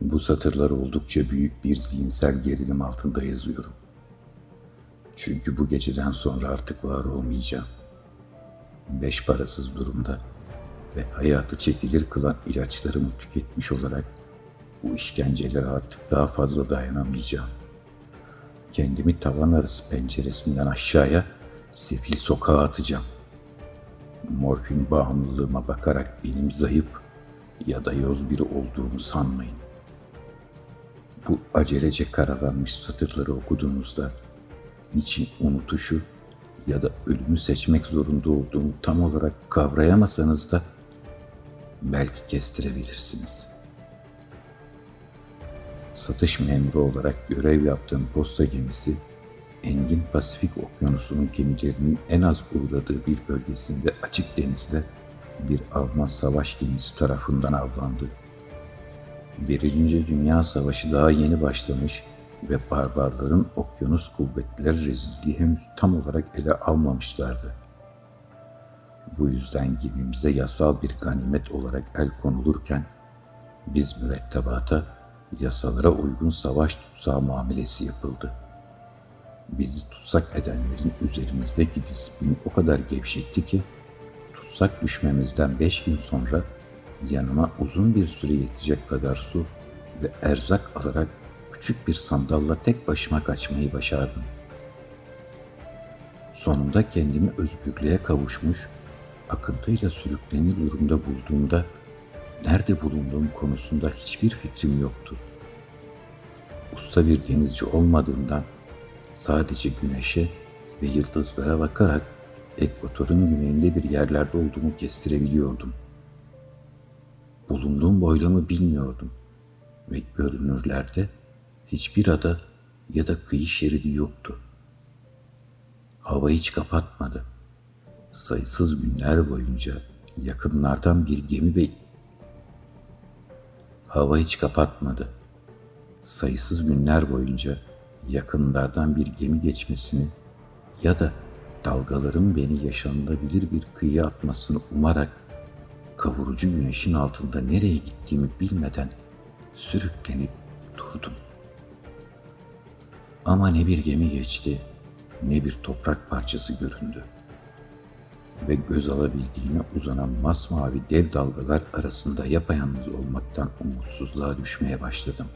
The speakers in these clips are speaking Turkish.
Bu satırları oldukça büyük bir zihinsel gerilim altında yazıyorum. Çünkü bu geceden sonra artık var olmayacağım. Beş parasız durumda ve hayatı çekilir kılan ilaçlarımı tüketmiş olarak bu işkencelere artık daha fazla dayanamayacağım. Kendimi tavan arası penceresinden aşağıya sefil sokağa atacağım. Morfin bağımlılığıma bakarak benim zayıf ya da yoz biri olduğumu sanmayın. Bu acelece karalanmış satırları okuduğunuzda niçin unutuşu ya da ölümü seçmek zorunda olduğumu tam olarak kavrayamasanız da belki kestirebilirsiniz. Satış memuru olarak görev yaptığım posta gemisi, engin Pasifik Okyanusu'nun gemilerinin en az uğradığı bir bölgesinde açık denizde bir Alman savaş gemisi tarafından avlandı. Birinci Dünya Savaşı daha yeni başlamış ve barbarların okyanus kuvvetleri rezilliği henüz tam olarak ele almamışlardı. Bu yüzden gemimize yasal bir ganimet olarak el konulurken biz mürettebata yasalara uygun savaş tutsağı muamelesi yapıldı. Bizi tutsak edenlerin üzerimizdeki disiplini o kadar gevşetti ki tutsak düşmemizden 5 gün sonra yanıma uzun bir süre yetecek kadar su ve erzak alarak küçük bir sandalla tek başıma kaçmayı başardım. Sonunda kendimi özgürlüğe kavuşmuş, akıntıyla sürüklenir durumda bulduğumda nerede bulunduğum konusunda hiçbir fikrim yoktu. Usta bir denizci olmadığımdan sadece güneşe ve yıldızlara bakarak ekvatorun güneyinde bir yerlerde olduğumu kestirebiliyordum. Bulunduğum boylamı bilmiyordum ve görünürlerde hiçbir ada ya da kıyı şeridi yoktu. Hava hiç kapatmadı. Sayısız günler boyunca yakınlardan bir gemi ve hava hiç kapatmadı. Sayısız günler boyunca yakınlardan bir gemi geçmesini ya da dalgaların beni yaşanılabilir bir kıyıya atmasını umarak kavurucu güneşin altında nereye gittiğimi bilmeden sürüklenip durdum. Ama ne bir gemi geçti, ne bir toprak parçası göründü. Ve göz alabildiğine uzanan masmavi dev dalgalar arasında yapayalnız olmaktan umutsuzluğa düşmeye başladım.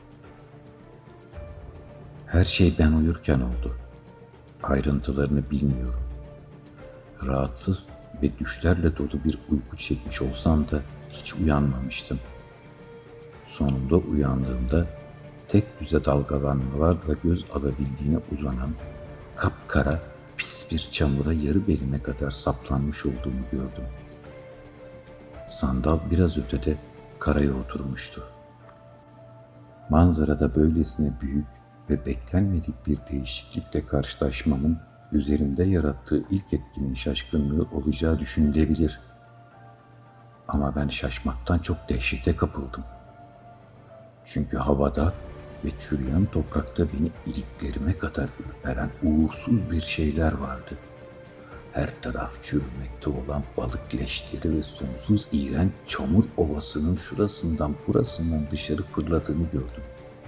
Her şey ben uyurken oldu. Ayrıntılarını bilmiyorum. Rahatsız ve düşlerle dolu bir uyku çekmiş olsam da hiç uyanmamıştım. Sonunda uyandığımda tek düze dalgalanmalarla göz alabildiğine uzanan kapkara pis bir çamura yarı belime kadar saplanmış olduğumu gördüm. Sandal biraz ötede karaya oturmuştu. Manzarada böylesine büyük ve beklenmedik bir değişiklikle karşılaşmamın üzerimde yarattığı ilk etkinin şaşkınlığı olacağı düşünülebilir. Ama ben şaşmaktan çok dehşete kapıldım. Çünkü havada ve çürüyen toprakta beni iliklerime kadar ürperen uğursuz bir şeyler vardı. Her taraf çürümekte olan balık leşleri ve sonsuz iğrenç çamur ovasının şurasından burasından dışarı fırladığını gördüm.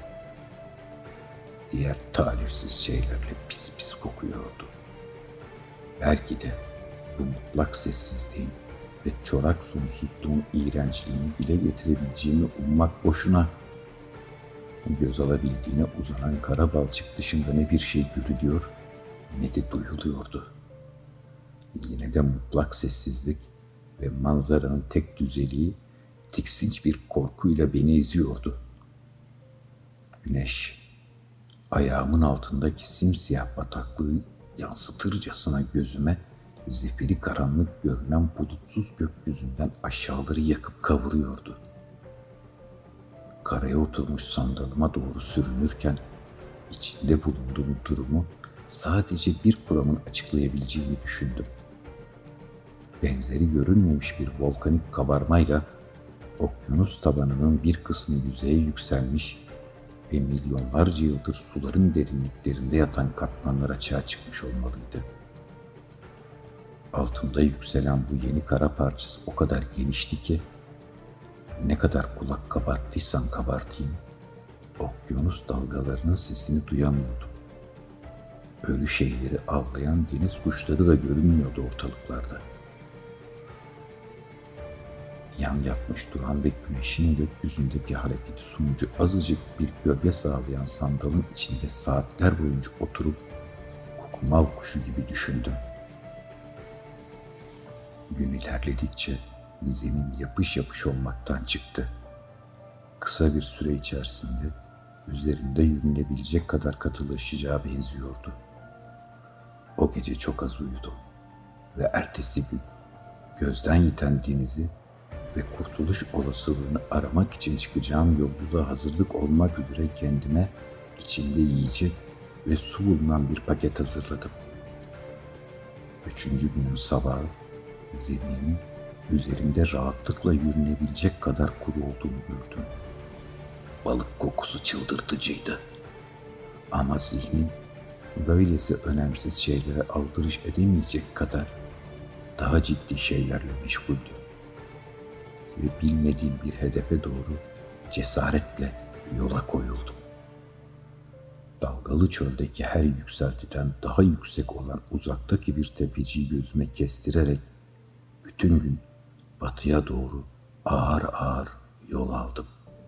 Diğer talihsiz şeylerle pis pis kokuyordu. Belki de bu mutlak sessizliğin ve çorak sonsuzluğun iğrençliğini dile getirebileceğimi ummak boşuna. Göz alabildiğine uzanan kara balçık dışında ne bir şey görülüyor ne de duyuluyordu. Yine de mutlak sessizlik ve manzaranın tek düzeliği tiksinç bir korkuyla beni eziyordu. Güneş, ayağımın altındaki simsiyah bataklığı yansıtırcasına gözüme zifiri karanlık görünen bulutsuz gökyüzünden aşağıları yakıp kavuruyordu. Karaya oturmuş sandalıma doğru sürünürken içinde bulunduğum durumu sadece bir kuramın açıklayabileceğini düşündüm. Benzeri görülmemiş bir volkanik kabarmayla okyanus tabanının bir kısmı yüzeye yükselmiş ve milyonlarca yıldır suların derinliklerinde yatan katmanlar açığa çıkmış olmalıydı. Altında yükselen bu yeni kara parçası o kadar genişti ki ne kadar kulak kabarttıysam kabartayım, okyanus dalgalarının sesini duyamıyordum. Ölü şeyleri avlayan deniz kuşları da görünmüyordu ortalıklarda. Yan yatmış duran ve güneşin gökyüzündeki hareketi sonucu azıcık bir gölge sağlayan sandalın içinde saatler boyunca oturup kukumav kuşu gibi düşündüm. Gün ilerledikçe zemin yapış yapış olmaktan çıktı. Kısa bir süre içerisinde üzerinde yürünebilecek kadar katılaşacağı benziyordu. O gece çok az uyudum ve ertesi gün gözden yiten denizi ve kurtuluş olasılığını aramak için çıkacağım yolculuğa hazırlık olmak üzere kendime içinde yiyecek ve su bulunan bir paket hazırladım. 3. günün sabahı zeminin üzerinde rahatlıkla yürünebilecek kadar kuru olduğunu gördüm. Balık kokusu çıldırtıcıydı. Ama zihnim böylesi önemsiz şeylere aldırış edemeyecek kadar daha ciddi şeylerle meşguldü. Ve bilmediğim bir hedefe doğru cesaretle yola koyuldum. Dalgalı çöldeki her yükseltiden daha yüksek olan uzaktaki bir tepeciyi gözüme kestirerek bütün gün batıya doğru ağır ağır yol aldım.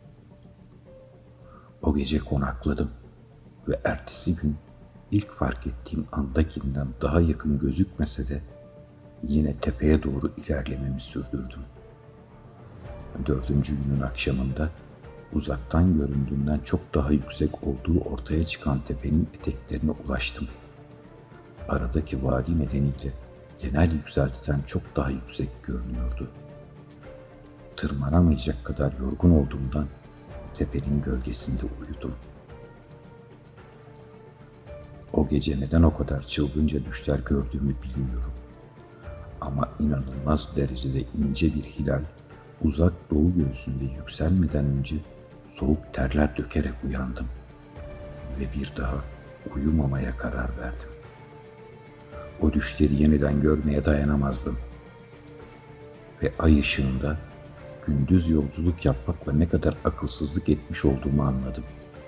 O gece konakladım ve ertesi gün ilk fark ettiğim andakinden daha yakın gözükmese de yine tepeye doğru ilerlememi sürdürdüm. 4. günün akşamında uzaktan göründüğünden çok daha yüksek olduğu ortaya çıkan tepenin eteklerine ulaştım. Aradaki vadi nedeniyle genel yükseltiden çok daha yüksek görünüyordu. Tırmanamayacak kadar yorgun olduğumdan tepenin gölgesinde uyudum. O gece neden o kadar çılgınca düşler gördüğümü bilmiyorum. Ama inanılmaz derecede ince bir hilal uzak doğu göğsünde yükselmeden önce soğuk terler dökerek uyandım ve bir daha uyumamaya karar verdim. O düşleri yeniden görmeye dayanamazdım ve ay ışığında gündüz yolculuk yapmakla ne kadar akılsızlık etmiş olduğumu anladım.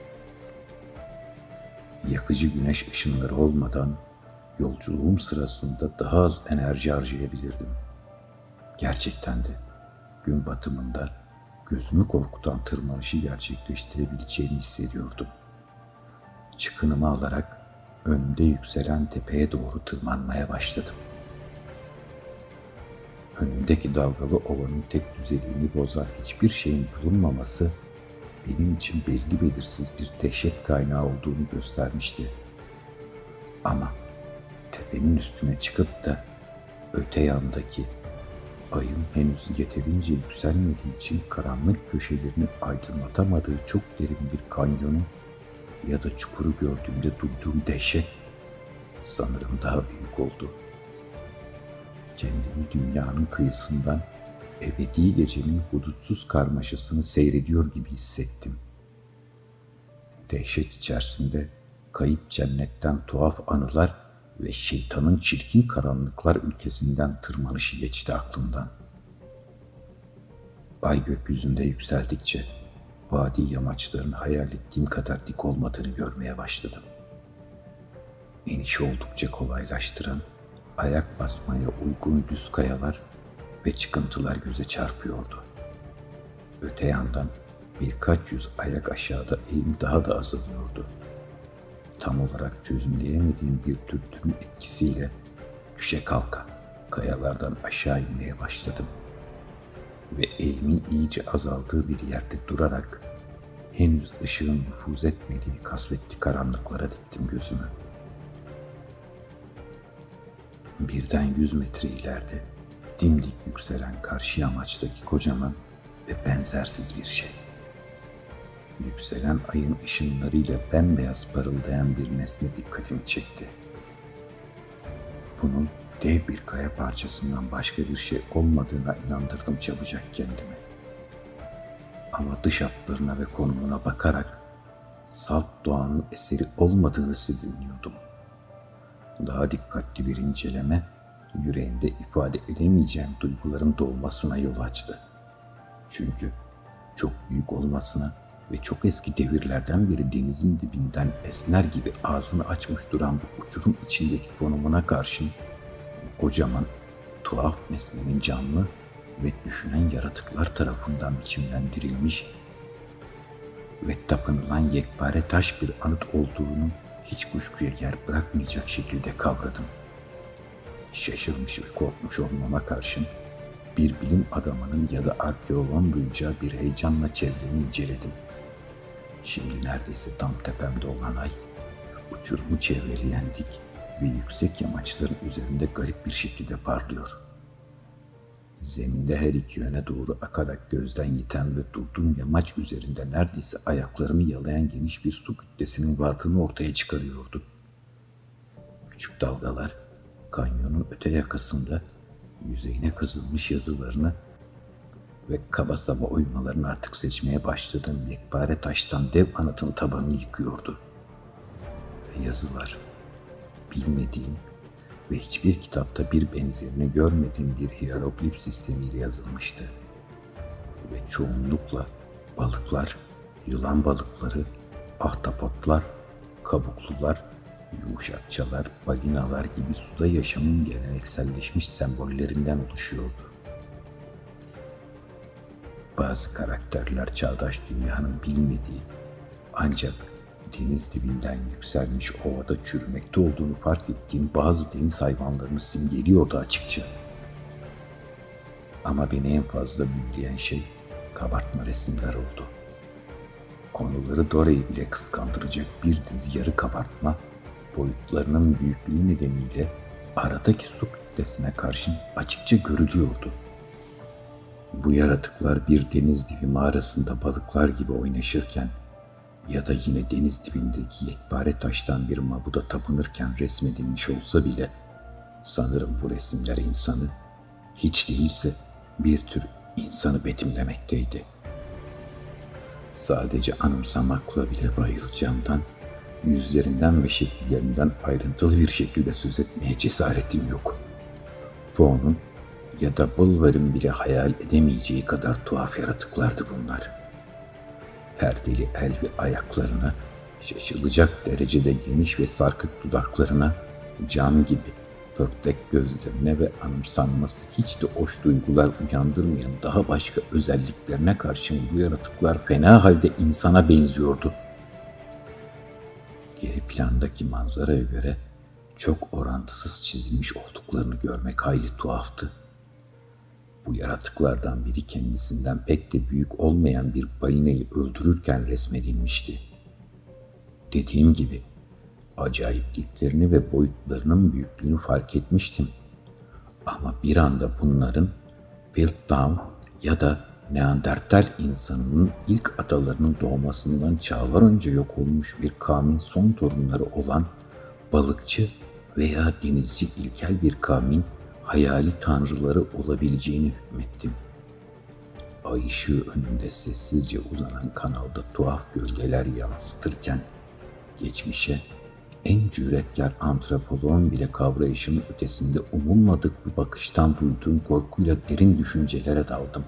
Yakıcı güneş ışınları olmadan yolculuğum sırasında daha az enerji harcayabilirdim. Gerçekten de gün batımında gözümü korkutan tırmanışı gerçekleştirebileceğimi hissediyordum. Çıkınımı alarak önümde yükselen tepeye doğru tırmanmaya başladım. Önümdeki dalgalı ovanın tek düzeliğini bozan hiçbir şeyin bulunmaması benim için belli belirsiz bir dehşet kaynağı olduğunu göstermişti. Ama tepenin üstüne çıkıp da öte yandaki ayın henüz yeterince yükselmediği için karanlık köşelerini aydınlatamadığı çok derin bir kanyonu ya da çukuru gördüğümde duyduğum dehşet sanırım daha büyük oldu. Kendimi dünyanın kıyısından ebedi gecenin hudutsuz karmaşasını seyrediyor gibi hissettim. Dehşet içerisinde kayıp cennetten tuhaf anılar ve şeytanın çirkin karanlıklar ülkesinden tırmanışı geçti aklımdan. Ay gökyüzünde yükseldikçe vadi yamaçların hayal ettiğim kadar dik olmadığını görmeye başladım. İnişi oldukça kolaylaştıran, ayak basmaya uygun düz kayalar ve çıkıntılar göze çarpıyordu. Öte yandan birkaç yüz ayak aşağıda eğim daha da azalıyordu. Tam olarak çözümleyemediğim bir dürtünün etkisiyle düşe kalka kayalardan aşağı inmeye başladım. Ve eğimin iyice azaldığı bir yerde durarak henüz ışığın nüfuz etmediği kasvetli karanlıklara diktim gözümü. Birden 100 metre ileride dimdik yükselen karşı yamaçtaki kocaman ve benzersiz bir şey. Yükselen ayın ışınlarıyla bembeyaz parıldayan bir nesne dikkatimi çekti. Bunun dev bir kaya parçasından başka bir şey olmadığına inandırdım çabucak kendimi. Ama dış hatlarına ve konumuna bakarak salt doğanın eseri olmadığını sezinliyordum. Daha dikkatli bir inceleme, yüreğimde ifade edemeyeceğim duyguların doğmasına yol açtı. Çünkü çok büyük olmasına ve çok eski devirlerden beri denizin dibinden esmer gibi ağzını açmış duran bu uçurum içindeki konumuna karşın kocaman, tuhaf nesnenin canlı ve düşünen yaratıklar tarafından biçimlendirilmiş ve tapınılan yekpare taş bir anıt olduğunu hiç kuşkuya yer bırakmayacak şekilde kavradım. Şaşırmış ve korkmuş olmama karşın bir bilim adamının ya da arkeoloğun duyacağı bir heyecanla çevremi inceledim. Şimdi neredeyse tam tepemde olan ay, uçurumu çevreleyen dik ve yüksek yamaçların üzerinde garip bir şekilde parlıyor. Zeminde her iki yöne doğru akarak gözden yiten ve durduğum yamaç üzerinde neredeyse ayaklarımı yalayan geniş bir su kütlesinin varlığını ortaya çıkarıyordu. Küçük dalgalar, kanyonun öte yakasında yüzeyine kazılmış yazılarını ve kaba saba oymalarını artık seçmeye başladığım yekpare taştan dev anıtın tabanını yıkıyordu. Ve yazılar, bilmediğim ve hiçbir kitapta bir benzerini görmediğim bir hieroglif sistemiyle yazılmıştı. Ve çoğunlukla balıklar, yılan balıkları, ahtapotlar, kabuklular, yumuşakçalar, balinalar gibi suda yaşamın gelenekselleşmiş sembollerinden oluşuyordu. Bazı karakterler çağdaş dünyanın bilmediği ancak deniz dibinden yükselmiş ovada çürümekte olduğunu fark ettiğim bazı deniz hayvanlarını simgeliyordu açıkça. Ama beni en fazla büyüleyen şey kabartma resimler oldu. Konuları Dora'yı bile kıskandıracak bir dizi yarı kabartma, boyutlarının büyüklüğü nedeniyle aradaki su kütlesine karşın açıkça görülüyordu. Bu yaratıklar bir deniz dibi mağarasında balıklar gibi oynaşırken ya da yine deniz dibindeki yekpare taştan bir mabuda tapınırken resmedilmiş olsa bile sanırım bu resimler insanı, hiç değilse bir tür insanı betimlemekteydi. Sadece anımsamakla bile bayılacağımdan, yüzlerinden ve şekillerinden ayrıntılı bir şekilde söz etmeye cesaretim yok. Poe'nun ya da Bulwer'in bile hayal edemeyeceği kadar tuhaf yaratıklardı bunlar. Perdeli el ve ayaklarına, şaşılacak derecede geniş ve sarkık dudaklarına, cam gibi pörtlek gözlerine ve anımsanması hiç de hoş duygular uyandırmayan daha başka özelliklerine karşın bu yaratıklar fena halde insana benziyordu. Geri plandaki manzaraya göre çok orantısız çizilmiş olduklarını görmek hayli tuhaftı. Bu yaratıklardan biri kendisinden pek de büyük olmayan bir balinayı öldürürken resmedilmişti. Dediğim gibi acayipliklerini ve boyutlarının büyüklüğünü fark etmiştim. Ama bir anda bunların Piltdown ya da Neandertal insanının ilk atalarının doğmasından çağlar önce yok olmuş bir kavmin son torunları olan balıkçı veya denizci ilkel bir kavmin hayali tanrıları olabileceğini hükmettim. Ay ışığı önünde sessizce uzanan kanalda tuhaf gölgeler yansıtırken geçmişe en cüretkar antropoloğun bile kavrayışının ötesinde umulmadık bir bakıştan duyduğum korkuyla derin düşüncelere daldım.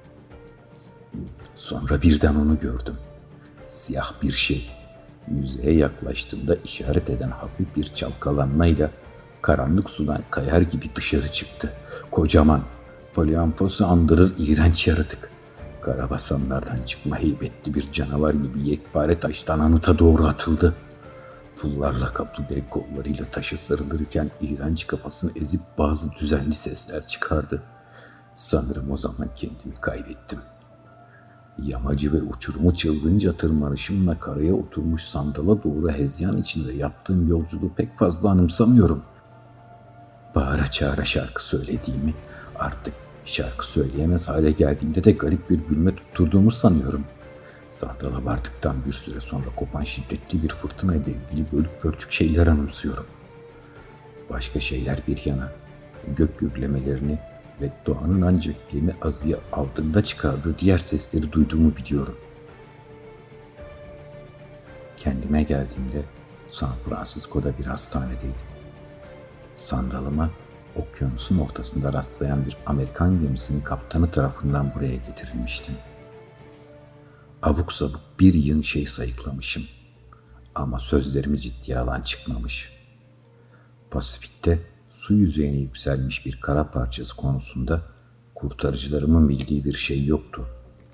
Sonra birden onu gördüm. Siyah bir şey, yüzeye yaklaştığımda işaret eden hafif bir çalkalanmayla karanlık sudan kayar gibi dışarı çıktı. Kocaman, Polyampos'u andırır iğrenç yaratık. Karabasanlardan çıkma heybetli bir canavar gibi yekpare taştan anıta doğru atıldı. Pullarla kaplı dev kollarıyla taşa sarılırken iğrenç kafasını ezip bazı düzenli sesler çıkardı. Sanırım o zaman kendimi kaybettim. Yamacı ve uçurumu çılgınca tırmanışımla karaya oturmuş sandala doğru hezyan içinde yaptığım yolculuğu pek fazla anımsamıyorum. Bağıra çağıra şarkı söylediğimi, artık şarkı söyleyemez hale geldiğimde de garip bir gülme tutturduğumu sanıyorum. Sandala vardıktan bir süre sonra kopan şiddetli bir fırtına ile ilgili bölük pörçük şeyler anımsıyorum. Başka şeyler bir yana, gök gürlemelerini ve doğanın ancak gemi azıya aldığında çıkardığı diğer sesleri duyduğumu biliyorum. Kendime geldiğimde San Francisco'da bir hastanedeydim. Sandalıma okyanusun ortasında rastlayan bir Amerikan gemisinin kaptanı tarafından buraya getirilmiştim. Abuk sabuk bir yığın şey sayıklamışım. Ama sözlerimi ciddiye alan çıkmamış. Pasifik'te su yüzeyine yükselmiş bir kara parçası konusunda kurtarıcılarımın bildiği bir şey yoktu.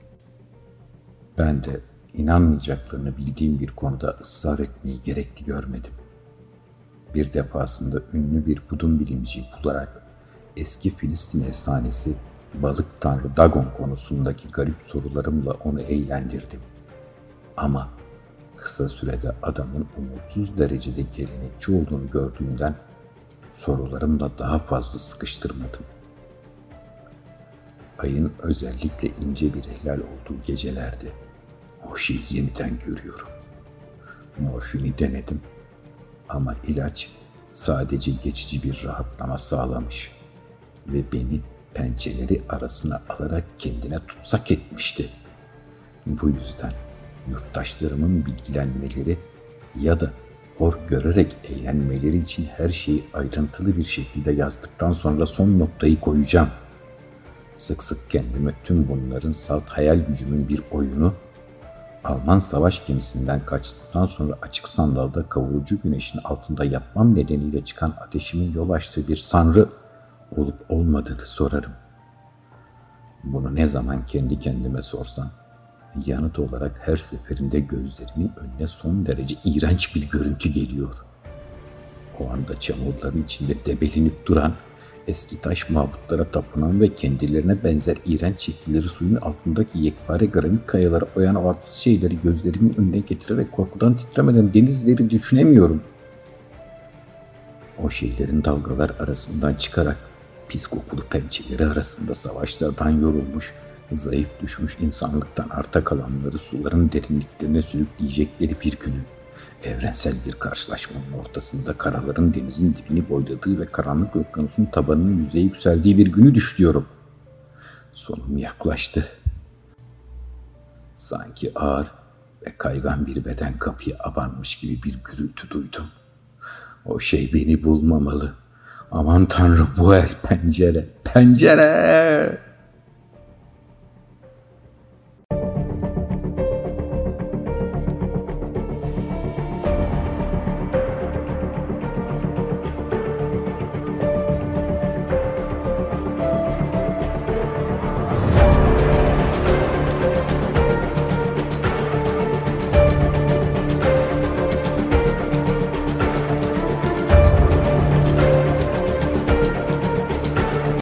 Ben de inanmayacaklarını bildiğim bir konuda ısrar etmeyi gerekli görmedim. Bir defasında ünlü bir kudum bilimciyi bularak eski Filistin efsanesi balık tanrı Dagon konusundaki garip sorularımla onu eğlendirdim. Ama kısa sürede adamın umutsuz derecede gelenekçi olduğunu gördüğümden sorularımla daha fazla sıkıştırmadım. Ayın özellikle ince bir hilal olduğu gecelerde o şeyi yeniden görüyorum. Morfini denedim ama ilaç sadece geçici bir rahatlama sağlamış ve beni pençeleri arasına alarak kendine tutsak etmişti. Bu yüzden yurttaşlarımın bilgilenmeleri ya da hor görerek eğlenmeleri için her şeyi ayrıntılı bir şekilde yazdıktan sonra son noktayı koyacağım. Sık sık kendime tüm bunların salt hayal gücümün bir oyunu, Alman savaş gemisinden kaçtıktan sonra açık sandalda kavurucu güneşin altında yatmam nedeniyle çıkan ateşimin yol açtığı bir sanrı olup olmadığını sorarım. Bunu ne zaman kendi kendime sorsam, yanıt olarak her seferinde gözlerimin önüne son derece iğrenç bir görüntü geliyor. O anda çamurların içinde debelenip duran, eski taş mabutlara tapınan ve kendilerine benzer iğrenç şekilleri suyun altındaki yekpare granit kayalara oyan o atsız şeyleri gözlerimin önüne getirerek korkudan titremeden denizleri düşünemiyorum. O şeylerin dalgalar arasından çıkarak pis kokulu pençeleri arasında savaşlardan yorulmuş, zayıf düşmüş insanlıktan arta kalanları suların derinliklerine sürükleyecekleri bir günün, evrensel bir karşılaşmanın ortasında karaların denizin dibini boyladığı ve karanlık okyanusun tabanının yüzeye yükseldiği bir günü düşlüyorum. Sonum yaklaştı. Sanki ağır ve kaygan bir beden kapıya abanmış gibi bir gürültü duydum. O şey beni bulmamalı. Aman tanrım, bu el pencere, pencere!